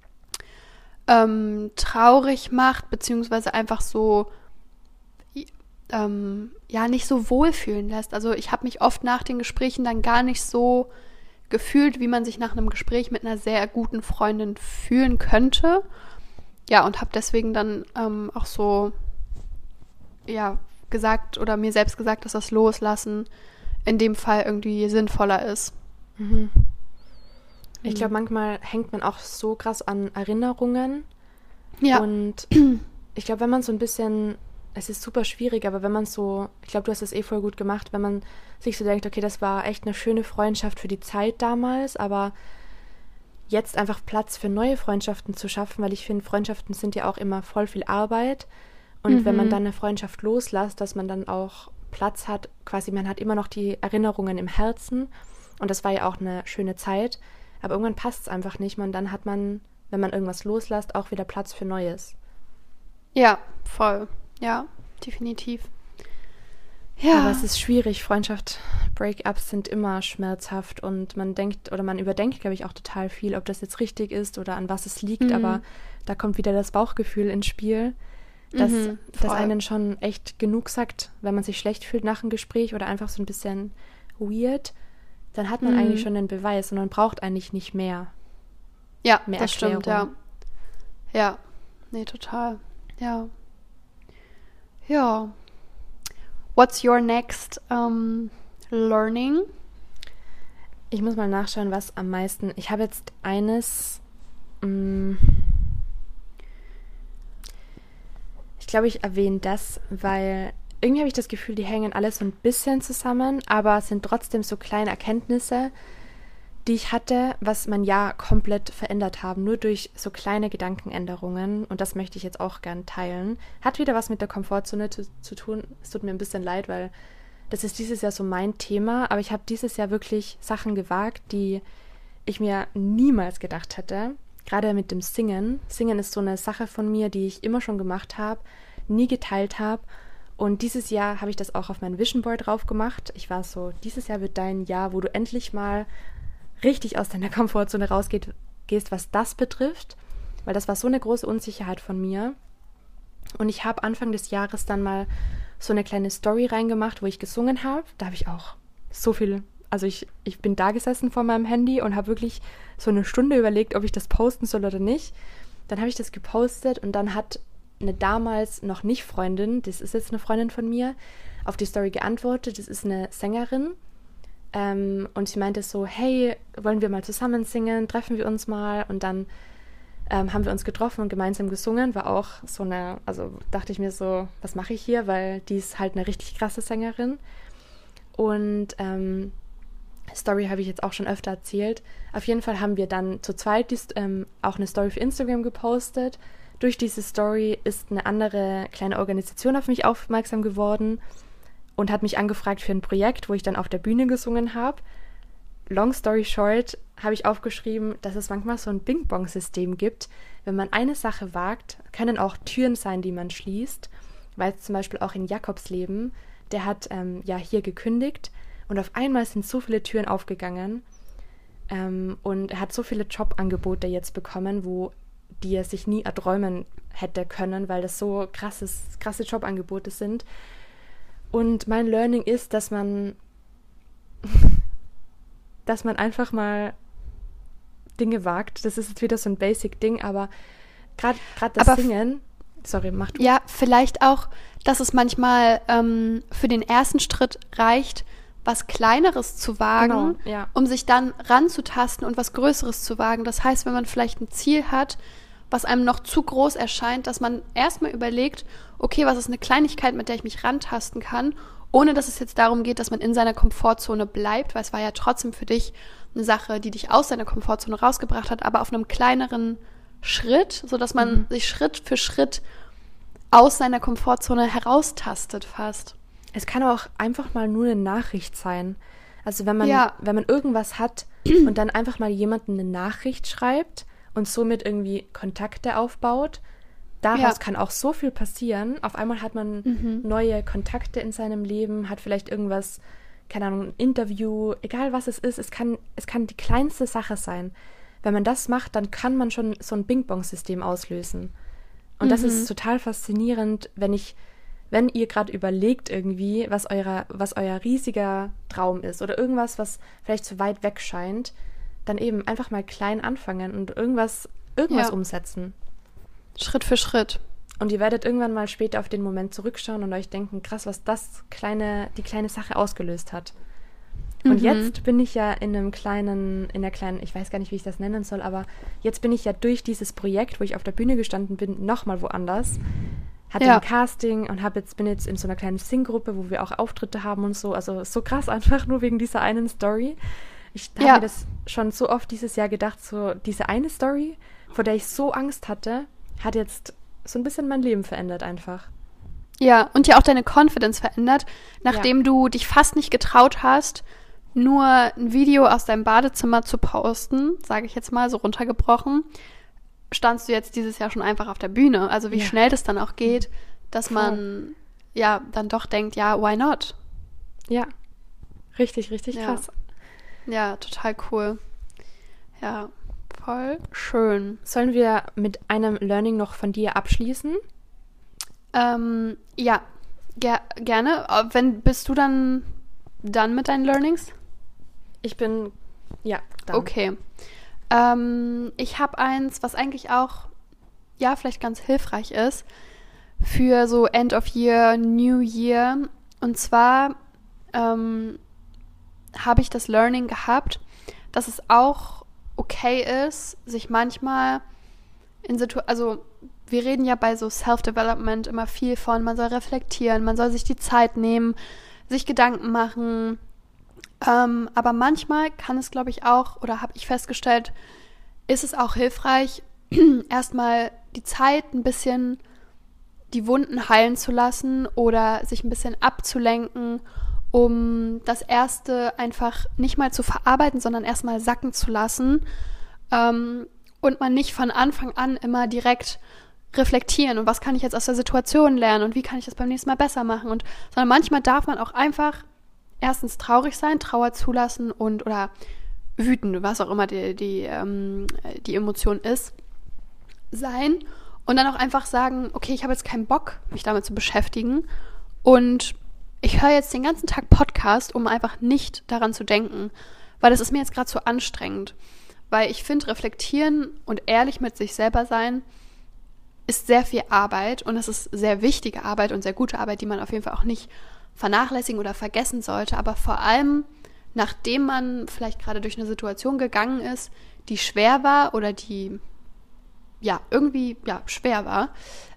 ähm, traurig macht, beziehungsweise einfach so ähm, ja, nicht so wohlfühlen lässt. Also ich habe mich oft nach den Gesprächen dann gar nicht so gefühlt, wie man sich nach einem Gespräch mit einer sehr guten Freundin fühlen könnte. Ja, und habe deswegen dann ähm, auch so, ja, gesagt oder mir selbst gesagt, dass das Loslassen in dem Fall irgendwie sinnvoller ist.
Mhm. Ich glaube, manchmal hängt man auch so krass an Erinnerungen.
Ja.
Und ich glaube, wenn man so ein bisschen, es ist super schwierig, aber wenn man so, ich glaube, du hast das eh voll gut gemacht, wenn man sich so denkt, okay, das war echt eine schöne Freundschaft für die Zeit damals, aber jetzt einfach Platz für neue Freundschaften zu schaffen, weil ich finde, Freundschaften sind ja auch immer voll viel Arbeit. Und
Mhm.
wenn man dann eine Freundschaft loslässt, dass man dann auch Platz hat, quasi man hat immer noch die Erinnerungen im Herzen und das war ja auch eine schöne Zeit, aber irgendwann passt es einfach nicht mehr und dann hat man, wenn man irgendwas loslässt, auch wieder Platz für Neues.
Ja, voll. Ja, definitiv. Ja.
Aber es ist schwierig, Freundschaft, Breakups sind immer schmerzhaft und man denkt oder man überdenkt, glaube ich, auch total viel, ob das jetzt richtig ist oder an was es liegt,
Mhm.
aber da kommt wieder das Bauchgefühl ins Spiel, dass
Mhm,
das
voll.
einen schon echt genug sagt, wenn man sich schlecht fühlt nach einem Gespräch oder einfach so ein bisschen weird, dann hat man
Mhm.
eigentlich schon den Beweis und man braucht eigentlich nicht mehr.
Ja,
Mehr
das stimmt, ja.
Erklärung.
Ja, nee, total. Ja. Ja. What's your next um, learning?
Ich muss mal nachschauen, was am meisten, ich habe jetzt eines, mh, ich glaube, ich erwähne das, weil irgendwie habe ich das Gefühl, die hängen alle so ein bisschen zusammen, aber es sind trotzdem so kleine Erkenntnisse, die ich hatte, was mein Jahr komplett verändert haben, nur durch so kleine Gedankenänderungen. Und das möchte ich jetzt auch gern teilen. Hat wieder was mit der Komfortzone zu, zu tun. Es tut mir ein bisschen leid, weil das ist dieses Jahr so mein Thema. Aber ich habe dieses Jahr wirklich Sachen gewagt, die ich mir niemals gedacht hätte. Gerade mit dem Singen. Singen ist so eine Sache von mir, die ich immer schon gemacht habe, nie geteilt habe. Und dieses Jahr habe ich das auch auf mein Vision Board drauf gemacht. Ich war so, dieses Jahr wird dein Jahr, wo du endlich mal richtig aus deiner Komfortzone rausgehst, was das betrifft, weil das war so eine große Unsicherheit von mir. Und ich habe Anfang des Jahres dann mal so eine kleine Story reingemacht, wo ich gesungen habe. Da habe ich auch so viel, also ich, ich bin da gesessen vor meinem Handy und habe wirklich so eine Stunde überlegt, ob ich das posten soll oder nicht. Dann habe ich das gepostet und dann hat eine damals noch nicht Freundin, das ist jetzt eine Freundin von mir, auf die Story geantwortet. Das ist eine Sängerin. Ähm, und sie meinte so, hey, wollen wir mal zusammen singen, treffen wir uns mal und dann ähm, haben wir uns getroffen und gemeinsam gesungen, war auch so eine, also dachte ich mir so, was mache ich hier, weil die ist halt eine richtig krasse Sängerin und ähm, Story habe ich jetzt auch schon öfter erzählt. Auf jeden Fall haben wir dann zu zweit die, ähm, auch eine Story für Instagram gepostet. Durch diese Story ist eine andere kleine Organisation auf mich aufmerksam geworden und hat mich angefragt für ein Projekt, wo ich dann auf der Bühne gesungen habe. Long story short, habe ich aufgeschrieben, dass es manchmal so ein Bing-Bong-System gibt. Wenn man eine Sache wagt, können auch Türen sein, die man schließt. Weil zum Beispiel auch in Jakobs Leben, der hat ähm, ja hier gekündigt und auf einmal sind so viele Türen aufgegangen ähm, und er hat so viele Jobangebote jetzt bekommen, wo die er sich nie erträumen hätte können, weil das so krasses, krasse Jobangebote sind. Und mein Learning ist, dass man dass man einfach mal Dinge wagt. Das ist jetzt wieder so ein Basic-Ding, aber gerade das
Aber
Singen, sorry, mach du.
Ja, vielleicht auch, dass es manchmal ähm, für den ersten Schritt reicht, was Kleineres zu wagen,
Genau, ja.
um sich dann ranzutasten und was Größeres zu wagen. Das heißt, wenn man vielleicht ein Ziel hat, was einem noch zu groß erscheint, dass man erstmal überlegt, okay, was ist eine Kleinigkeit, mit der ich mich rantasten kann, ohne dass es jetzt darum geht, dass man in seiner Komfortzone bleibt, weil es war ja trotzdem für dich eine Sache, die dich aus deiner Komfortzone rausgebracht hat, aber auf einem kleineren Schritt, sodass man
Mhm.
sich Schritt für Schritt aus seiner Komfortzone heraustastet fast.
Es kann auch einfach mal nur eine Nachricht sein. Also wenn man,
Ja.
wenn man irgendwas hat und dann einfach mal jemandem eine Nachricht schreibt und somit irgendwie Kontakte aufbaut, daraus
Ja.
kann auch so viel passieren. Auf einmal hat man
Mhm.
neue Kontakte in seinem Leben, hat vielleicht irgendwas, keine Ahnung, ein Interview, egal was es ist, es kann, es kann die kleinste Sache sein. Wenn man das macht, dann kann man schon so ein Bing-Bong-System auslösen. Und das
Mhm.
ist total faszinierend, wenn ich, wenn ihr gerade überlegt irgendwie, was euer, was euer riesiger Traum ist oder irgendwas, was vielleicht zu weit weg scheint, dann eben einfach mal klein anfangen und irgendwas, irgendwas
Ja.
umsetzen.
Schritt für Schritt.
Und ihr werdet irgendwann mal später auf den Moment zurückschauen und euch denken, krass, was das kleine, die kleine Sache ausgelöst hat. Und
Mhm.
jetzt bin ich ja in einem kleinen, in einer kleinen, ich weiß gar nicht, wie ich das nennen soll, aber jetzt bin ich ja durch dieses Projekt, wo ich auf der Bühne gestanden bin, nochmal woanders. Hatte
Ja.
ein Casting und hab jetzt, bin jetzt in so einer kleinen Sing-Gruppe, wo wir auch Auftritte haben und so. Also so krass einfach, nur wegen dieser einen Story. Ich habe
Ja.
mir das schon so oft dieses Jahr gedacht, so diese eine Story, vor der ich so Angst hatte, hat jetzt so ein bisschen mein Leben verändert einfach.
Ja, und ja auch deine Confidence verändert, nachdem du dich fast nicht getraut hast, nur ein Video aus deinem Badezimmer zu posten, sage ich jetzt mal, so runtergebrochen, standst du jetzt dieses Jahr schon einfach auf der Bühne. Also wie
Ja.
schnell das dann auch geht, dass
Voll.
man ja dann doch denkt, ja, why not?
Ja, richtig, richtig
Ja.
krass.
Ja, total cool. Ja, voll schön.
Sollen wir mit einem Learning noch von dir abschließen?
Ähm, ja, ger gerne. Äh, Wenn, bist du dann dann mit deinen Learnings?
Ich bin, ja, dann.
Okay. Ähm, ich habe eins, was eigentlich auch, ja, vielleicht ganz hilfreich ist für so End of Year, New Year. Und zwar ähm, habe ich das Learning gehabt, dass es auch okay ist, sich manchmal in Situationen, also wir reden ja bei so Self-Development immer viel von, man soll reflektieren, man soll sich die Zeit nehmen, sich Gedanken machen. Ähm, aber manchmal kann es, glaube ich, auch, oder habe ich festgestellt, ist es auch hilfreich, erstmal die Zeit ein bisschen die Wunden heilen zu lassen oder sich ein bisschen abzulenken, um das Erste einfach nicht mal zu verarbeiten, sondern erstmal sacken zu lassen ähm, und man nicht von Anfang an immer direkt reflektieren und was kann ich jetzt aus der Situation lernen und wie kann ich das beim nächsten Mal besser machen und sondern manchmal darf man auch einfach erstens traurig sein, Trauer zulassen und oder wütend, was auch immer die, die, ähm, die Emotion ist, sein und dann auch einfach sagen, okay, ich habe jetzt keinen Bock, mich damit zu beschäftigen und ich höre jetzt den ganzen Tag Podcast, um einfach nicht daran zu denken, weil das ist mir jetzt gerade so anstrengend, weil ich finde, reflektieren und ehrlich mit sich selber sein ist sehr viel Arbeit und es ist sehr wichtige Arbeit und sehr gute Arbeit, die man auf jeden Fall auch nicht vernachlässigen oder vergessen sollte, aber vor allem, nachdem man vielleicht gerade durch eine Situation gegangen ist, die schwer war oder die ja irgendwie ja schwer war,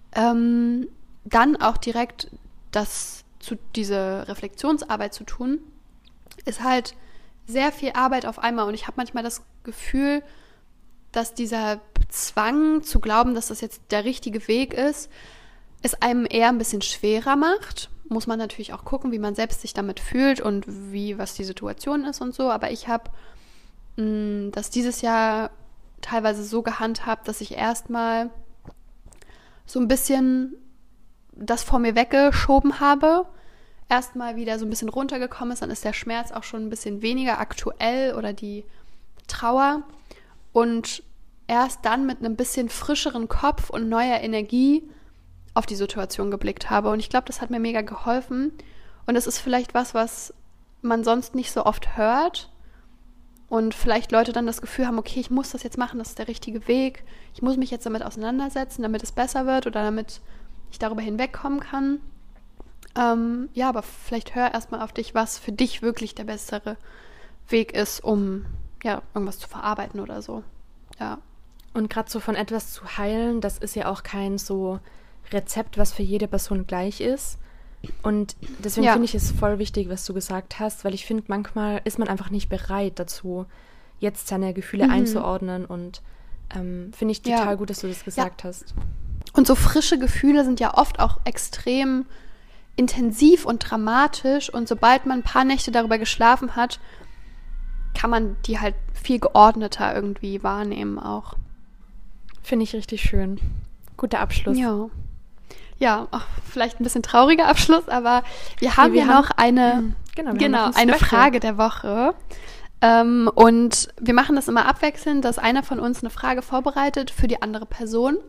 ähm, dann auch direkt das zu diese Reflexionsarbeit zu tun, ist halt sehr viel Arbeit auf einmal und ich habe manchmal das Gefühl, dass dieser Zwang zu glauben, dass das jetzt der richtige Weg ist, es einem eher ein bisschen schwerer macht. Muss man natürlich auch gucken, wie man selbst sich damit fühlt und wie, was die Situation ist und so. Aber ich habe das dieses Jahr teilweise so gehandhabt, dass ich erstmal so ein bisschen das vor mir weggeschoben habe, erstmal wieder so ein bisschen runtergekommen ist, dann ist der Schmerz auch schon ein bisschen weniger aktuell oder die Trauer und erst dann mit einem bisschen frischeren Kopf und neuer Energie auf die Situation geblickt habe. Und ich glaube, das hat mir mega geholfen. Und es ist vielleicht was, was man sonst nicht so oft hört. Und vielleicht Leute dann das Gefühl haben, okay, ich muss das jetzt machen, das ist der richtige Weg. Ich muss mich jetzt damit auseinandersetzen, damit es besser wird oder damit ich darüber hinwegkommen kann. Ähm, ja, aber vielleicht hör erstmal auf dich, was für dich wirklich der bessere Weg ist, um ja, irgendwas zu verarbeiten oder so. Ja.
Und gerade so von etwas zu heilen, das ist ja auch kein so Rezept, was für jede Person gleich ist. Und deswegen
ja.
finde ich es voll wichtig, was du gesagt hast, weil ich finde, manchmal ist man einfach nicht bereit dazu, jetzt seine Gefühle
mhm.
einzuordnen und ähm, finde ich
Ja.
total gut, dass du das gesagt
Ja.
hast.
Und so frische Gefühle sind ja oft auch extrem intensiv und dramatisch. Und sobald man ein paar Nächte darüber geschlafen hat, kann man die halt viel geordneter irgendwie wahrnehmen auch.
Finde ich richtig schön. Guter Abschluss.
Ja. Ja, ach, vielleicht ein bisschen trauriger Abschluss, aber wir haben
wir
ja
haben-
noch eine,
Genau, wir haben
genau,
noch ein
eine
Special.
Frage der Woche. Ähm, und wir machen das immer abwechselnd, dass einer von uns eine Frage vorbereitet für die andere Person.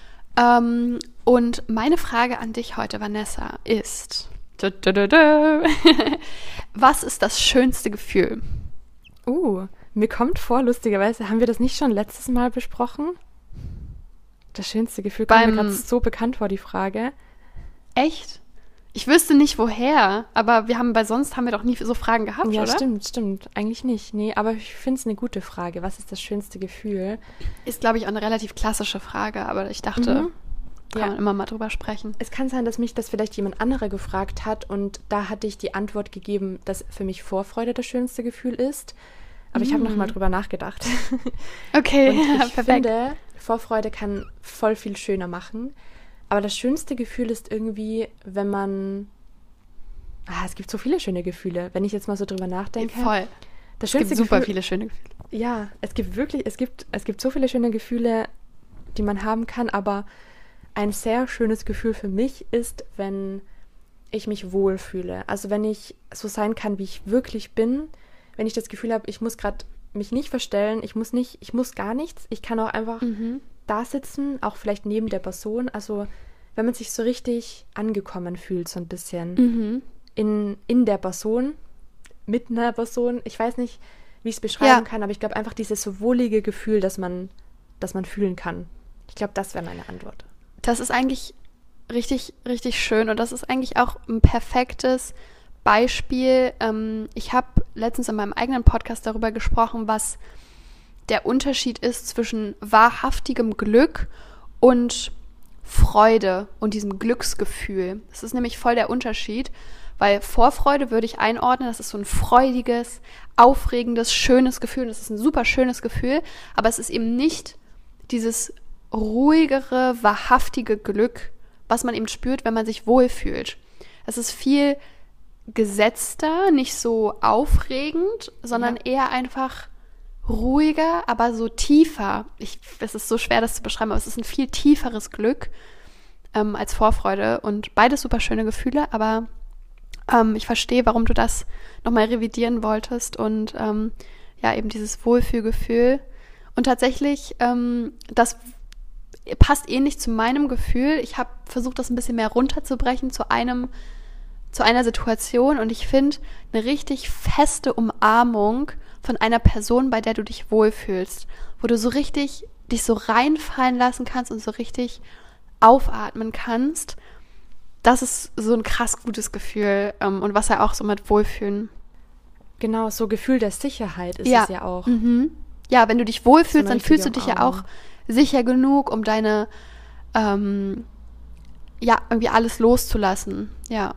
Ähm, und meine Frage an dich heute, Vanessa, ist: dü, dü, dü, dü. Was ist das schönste Gefühl?
Uh, mir kommt vor, lustigerweise, haben wir das nicht schon letztes Mal besprochen? Das schönste Gefühl kommt
Beim-
mir gerade so bekannt vor, die Frage.
Echt? Ich wüsste nicht woher, aber wir haben, weil sonst haben wir doch nie so Fragen gehabt,
Ja,
oder?
stimmt, stimmt. Eigentlich nicht. Nee, aber ich finde es eine gute Frage. Was ist das schönste Gefühl?
Ist, glaube ich, auch eine relativ klassische Frage, aber ich dachte,
Mhm.
kann
Ja.
man immer mal drüber sprechen.
Es kann sein, dass mich das vielleicht jemand anderer gefragt hat und da hatte ich die Antwort gegeben, dass für mich Vorfreude das schönste Gefühl ist. Aber ich habe noch mal drüber nachgedacht.
Okay,
Und ich
perfekt.
finde, Vorfreude kann voll viel schöner machen. Aber das schönste Gefühl ist irgendwie, wenn man... Ah, es gibt so viele schöne Gefühle. Wenn ich jetzt mal so drüber nachdenke.
Voll.
Das
Es gibt
schönste
super
Gefühl,
viele schöne Gefühle.
Ja, es gibt wirklich, es gibt, es gibt so viele schöne Gefühle, die man haben kann, aber ein sehr schönes Gefühl für mich ist, wenn ich mich wohlfühle. Also wenn ich so sein kann, wie ich wirklich bin, wenn ich das Gefühl habe, ich muss gerade mich nicht verstellen, ich muss nicht, ich muss gar nichts, ich kann auch einfach
Mhm.
da sitzen, auch vielleicht neben der Person. Also wenn man sich so richtig angekommen fühlt, so ein bisschen
Mhm.
in, in der Person, mit einer Person. Ich weiß nicht, wie ich es beschreiben
Ja.
kann, aber ich glaube einfach dieses so wohlige Gefühl, das man, das man fühlen kann. Ich glaube, das wäre meine Antwort.
Das ist eigentlich richtig, richtig schön und das ist eigentlich auch ein perfektes Beispiel. Ähm, ich habe letztens in meinem eigenen Podcast darüber gesprochen, was der Unterschied ist zwischen wahrhaftigem Glück und Freude und diesem Glücksgefühl. Das ist nämlich voll der Unterschied, weil Vorfreude würde ich einordnen, das ist so ein freudiges, aufregendes, schönes Gefühl. Das ist ein super schönes Gefühl, aber es ist eben nicht dieses ruhigere, wahrhaftige Glück, was man eben spürt, wenn man sich wohlfühlt. Es ist viel gesetzter, nicht so aufregend, sondern
Ja.
eher einfach ruhiger, aber so tiefer. Ich, es ist so schwer, das zu beschreiben, aber es ist ein viel tieferes Glück ähm, als Vorfreude und beides super schöne Gefühle, aber ähm, ich verstehe, warum du das nochmal revidieren wolltest und ähm, ja, eben dieses Wohlfühlgefühl. Und tatsächlich, ähm, das passt ähnlich zu meinem Gefühl. Ich habe versucht, das ein bisschen mehr runterzubrechen zu einem, zu einer Situation und ich finde eine richtig feste Umarmung von einer Person, bei der du dich wohlfühlst, wo du so richtig dich so reinfallen lassen kannst und so richtig aufatmen kannst. Das ist so ein krass gutes Gefühl ähm, und was ja auch so mit Wohlfühlen.
Genau, so Gefühl der Sicherheit ist
Ja.
es ja auch.
Mhm. Ja, wenn du dich wohlfühlst,
So eine
dann fühlst du
richtige
dich ja auch
Umarmung.
sicher genug, um deine, ähm, ja, irgendwie alles loszulassen. Ja.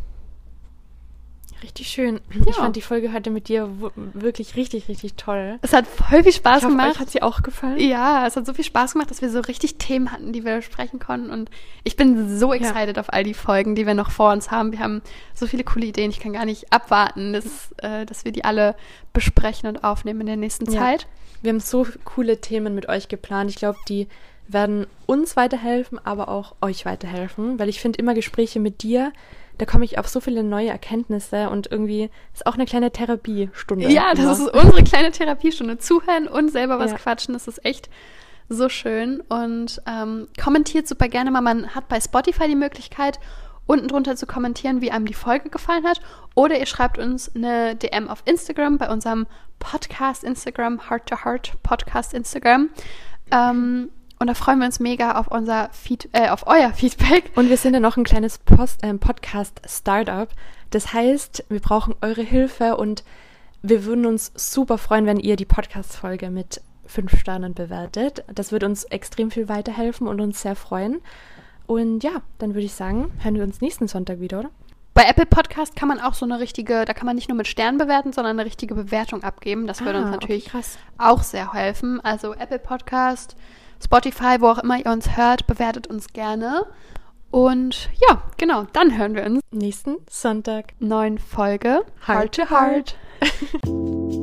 Richtig schön.
Ja.
Ich fand die Folge heute mit dir w- wirklich richtig, richtig toll.
Es hat voll viel Spaß
Ich hoffe,
gemacht.
euch hat sie auch gefallen.
Ja, es hat so viel Spaß gemacht, dass wir so richtig Themen hatten, die wir besprechen konnten. Und ich bin so excited auf all die Folgen, die wir noch vor uns haben. Wir haben so viele coole Ideen. Ich kann gar nicht abwarten, dass, äh, dass wir die alle besprechen und aufnehmen in der nächsten
Ja.
Zeit.
Wir haben so coole Themen mit euch geplant. Ich glaube, die werden uns weiterhelfen, aber auch euch weiterhelfen, weil ich finde immer Gespräche mit dir, da komme ich auf so viele neue Erkenntnisse und irgendwie ist auch eine kleine Therapiestunde.
Ja, das
immer.
ist unsere kleine Therapiestunde. Zuhören und selber was
Ja.
quatschen, das ist echt so schön. Und ähm, kommentiert super gerne mal. Man hat bei Spotify die Möglichkeit, unten drunter zu kommentieren, wie einem die Folge gefallen hat. Oder ihr schreibt uns eine D M auf Instagram, bei unserem Podcast Instagram, Heart to Heart Podcast Instagram. Ähm, und da freuen wir uns mega auf unser Feed, äh, auf euer Feedback.
Und wir sind ja noch ein kleines Post, äh, Podcast-Startup. Das heißt, wir brauchen eure Hilfe und wir würden uns super freuen, wenn ihr die Podcast-Folge mit fünf Sternen bewertet. Das würde uns extrem viel weiterhelfen und uns sehr freuen. Und ja, dann würde ich sagen, hören wir uns nächsten Sonntag wieder, oder?
Bei Apple Podcast kann man auch so eine richtige, da kann man nicht nur mit Sternen bewerten, sondern eine richtige Bewertung abgeben. Das würde
Ah,
uns natürlich
okay, krass.
auch sehr helfen. Also Apple Podcast, Spotify, wo auch immer ihr uns hört, bewertet uns gerne. Und ja, genau, dann hören wir uns
Nächsten Sonntag.
neuen Folge
Heart to Heart.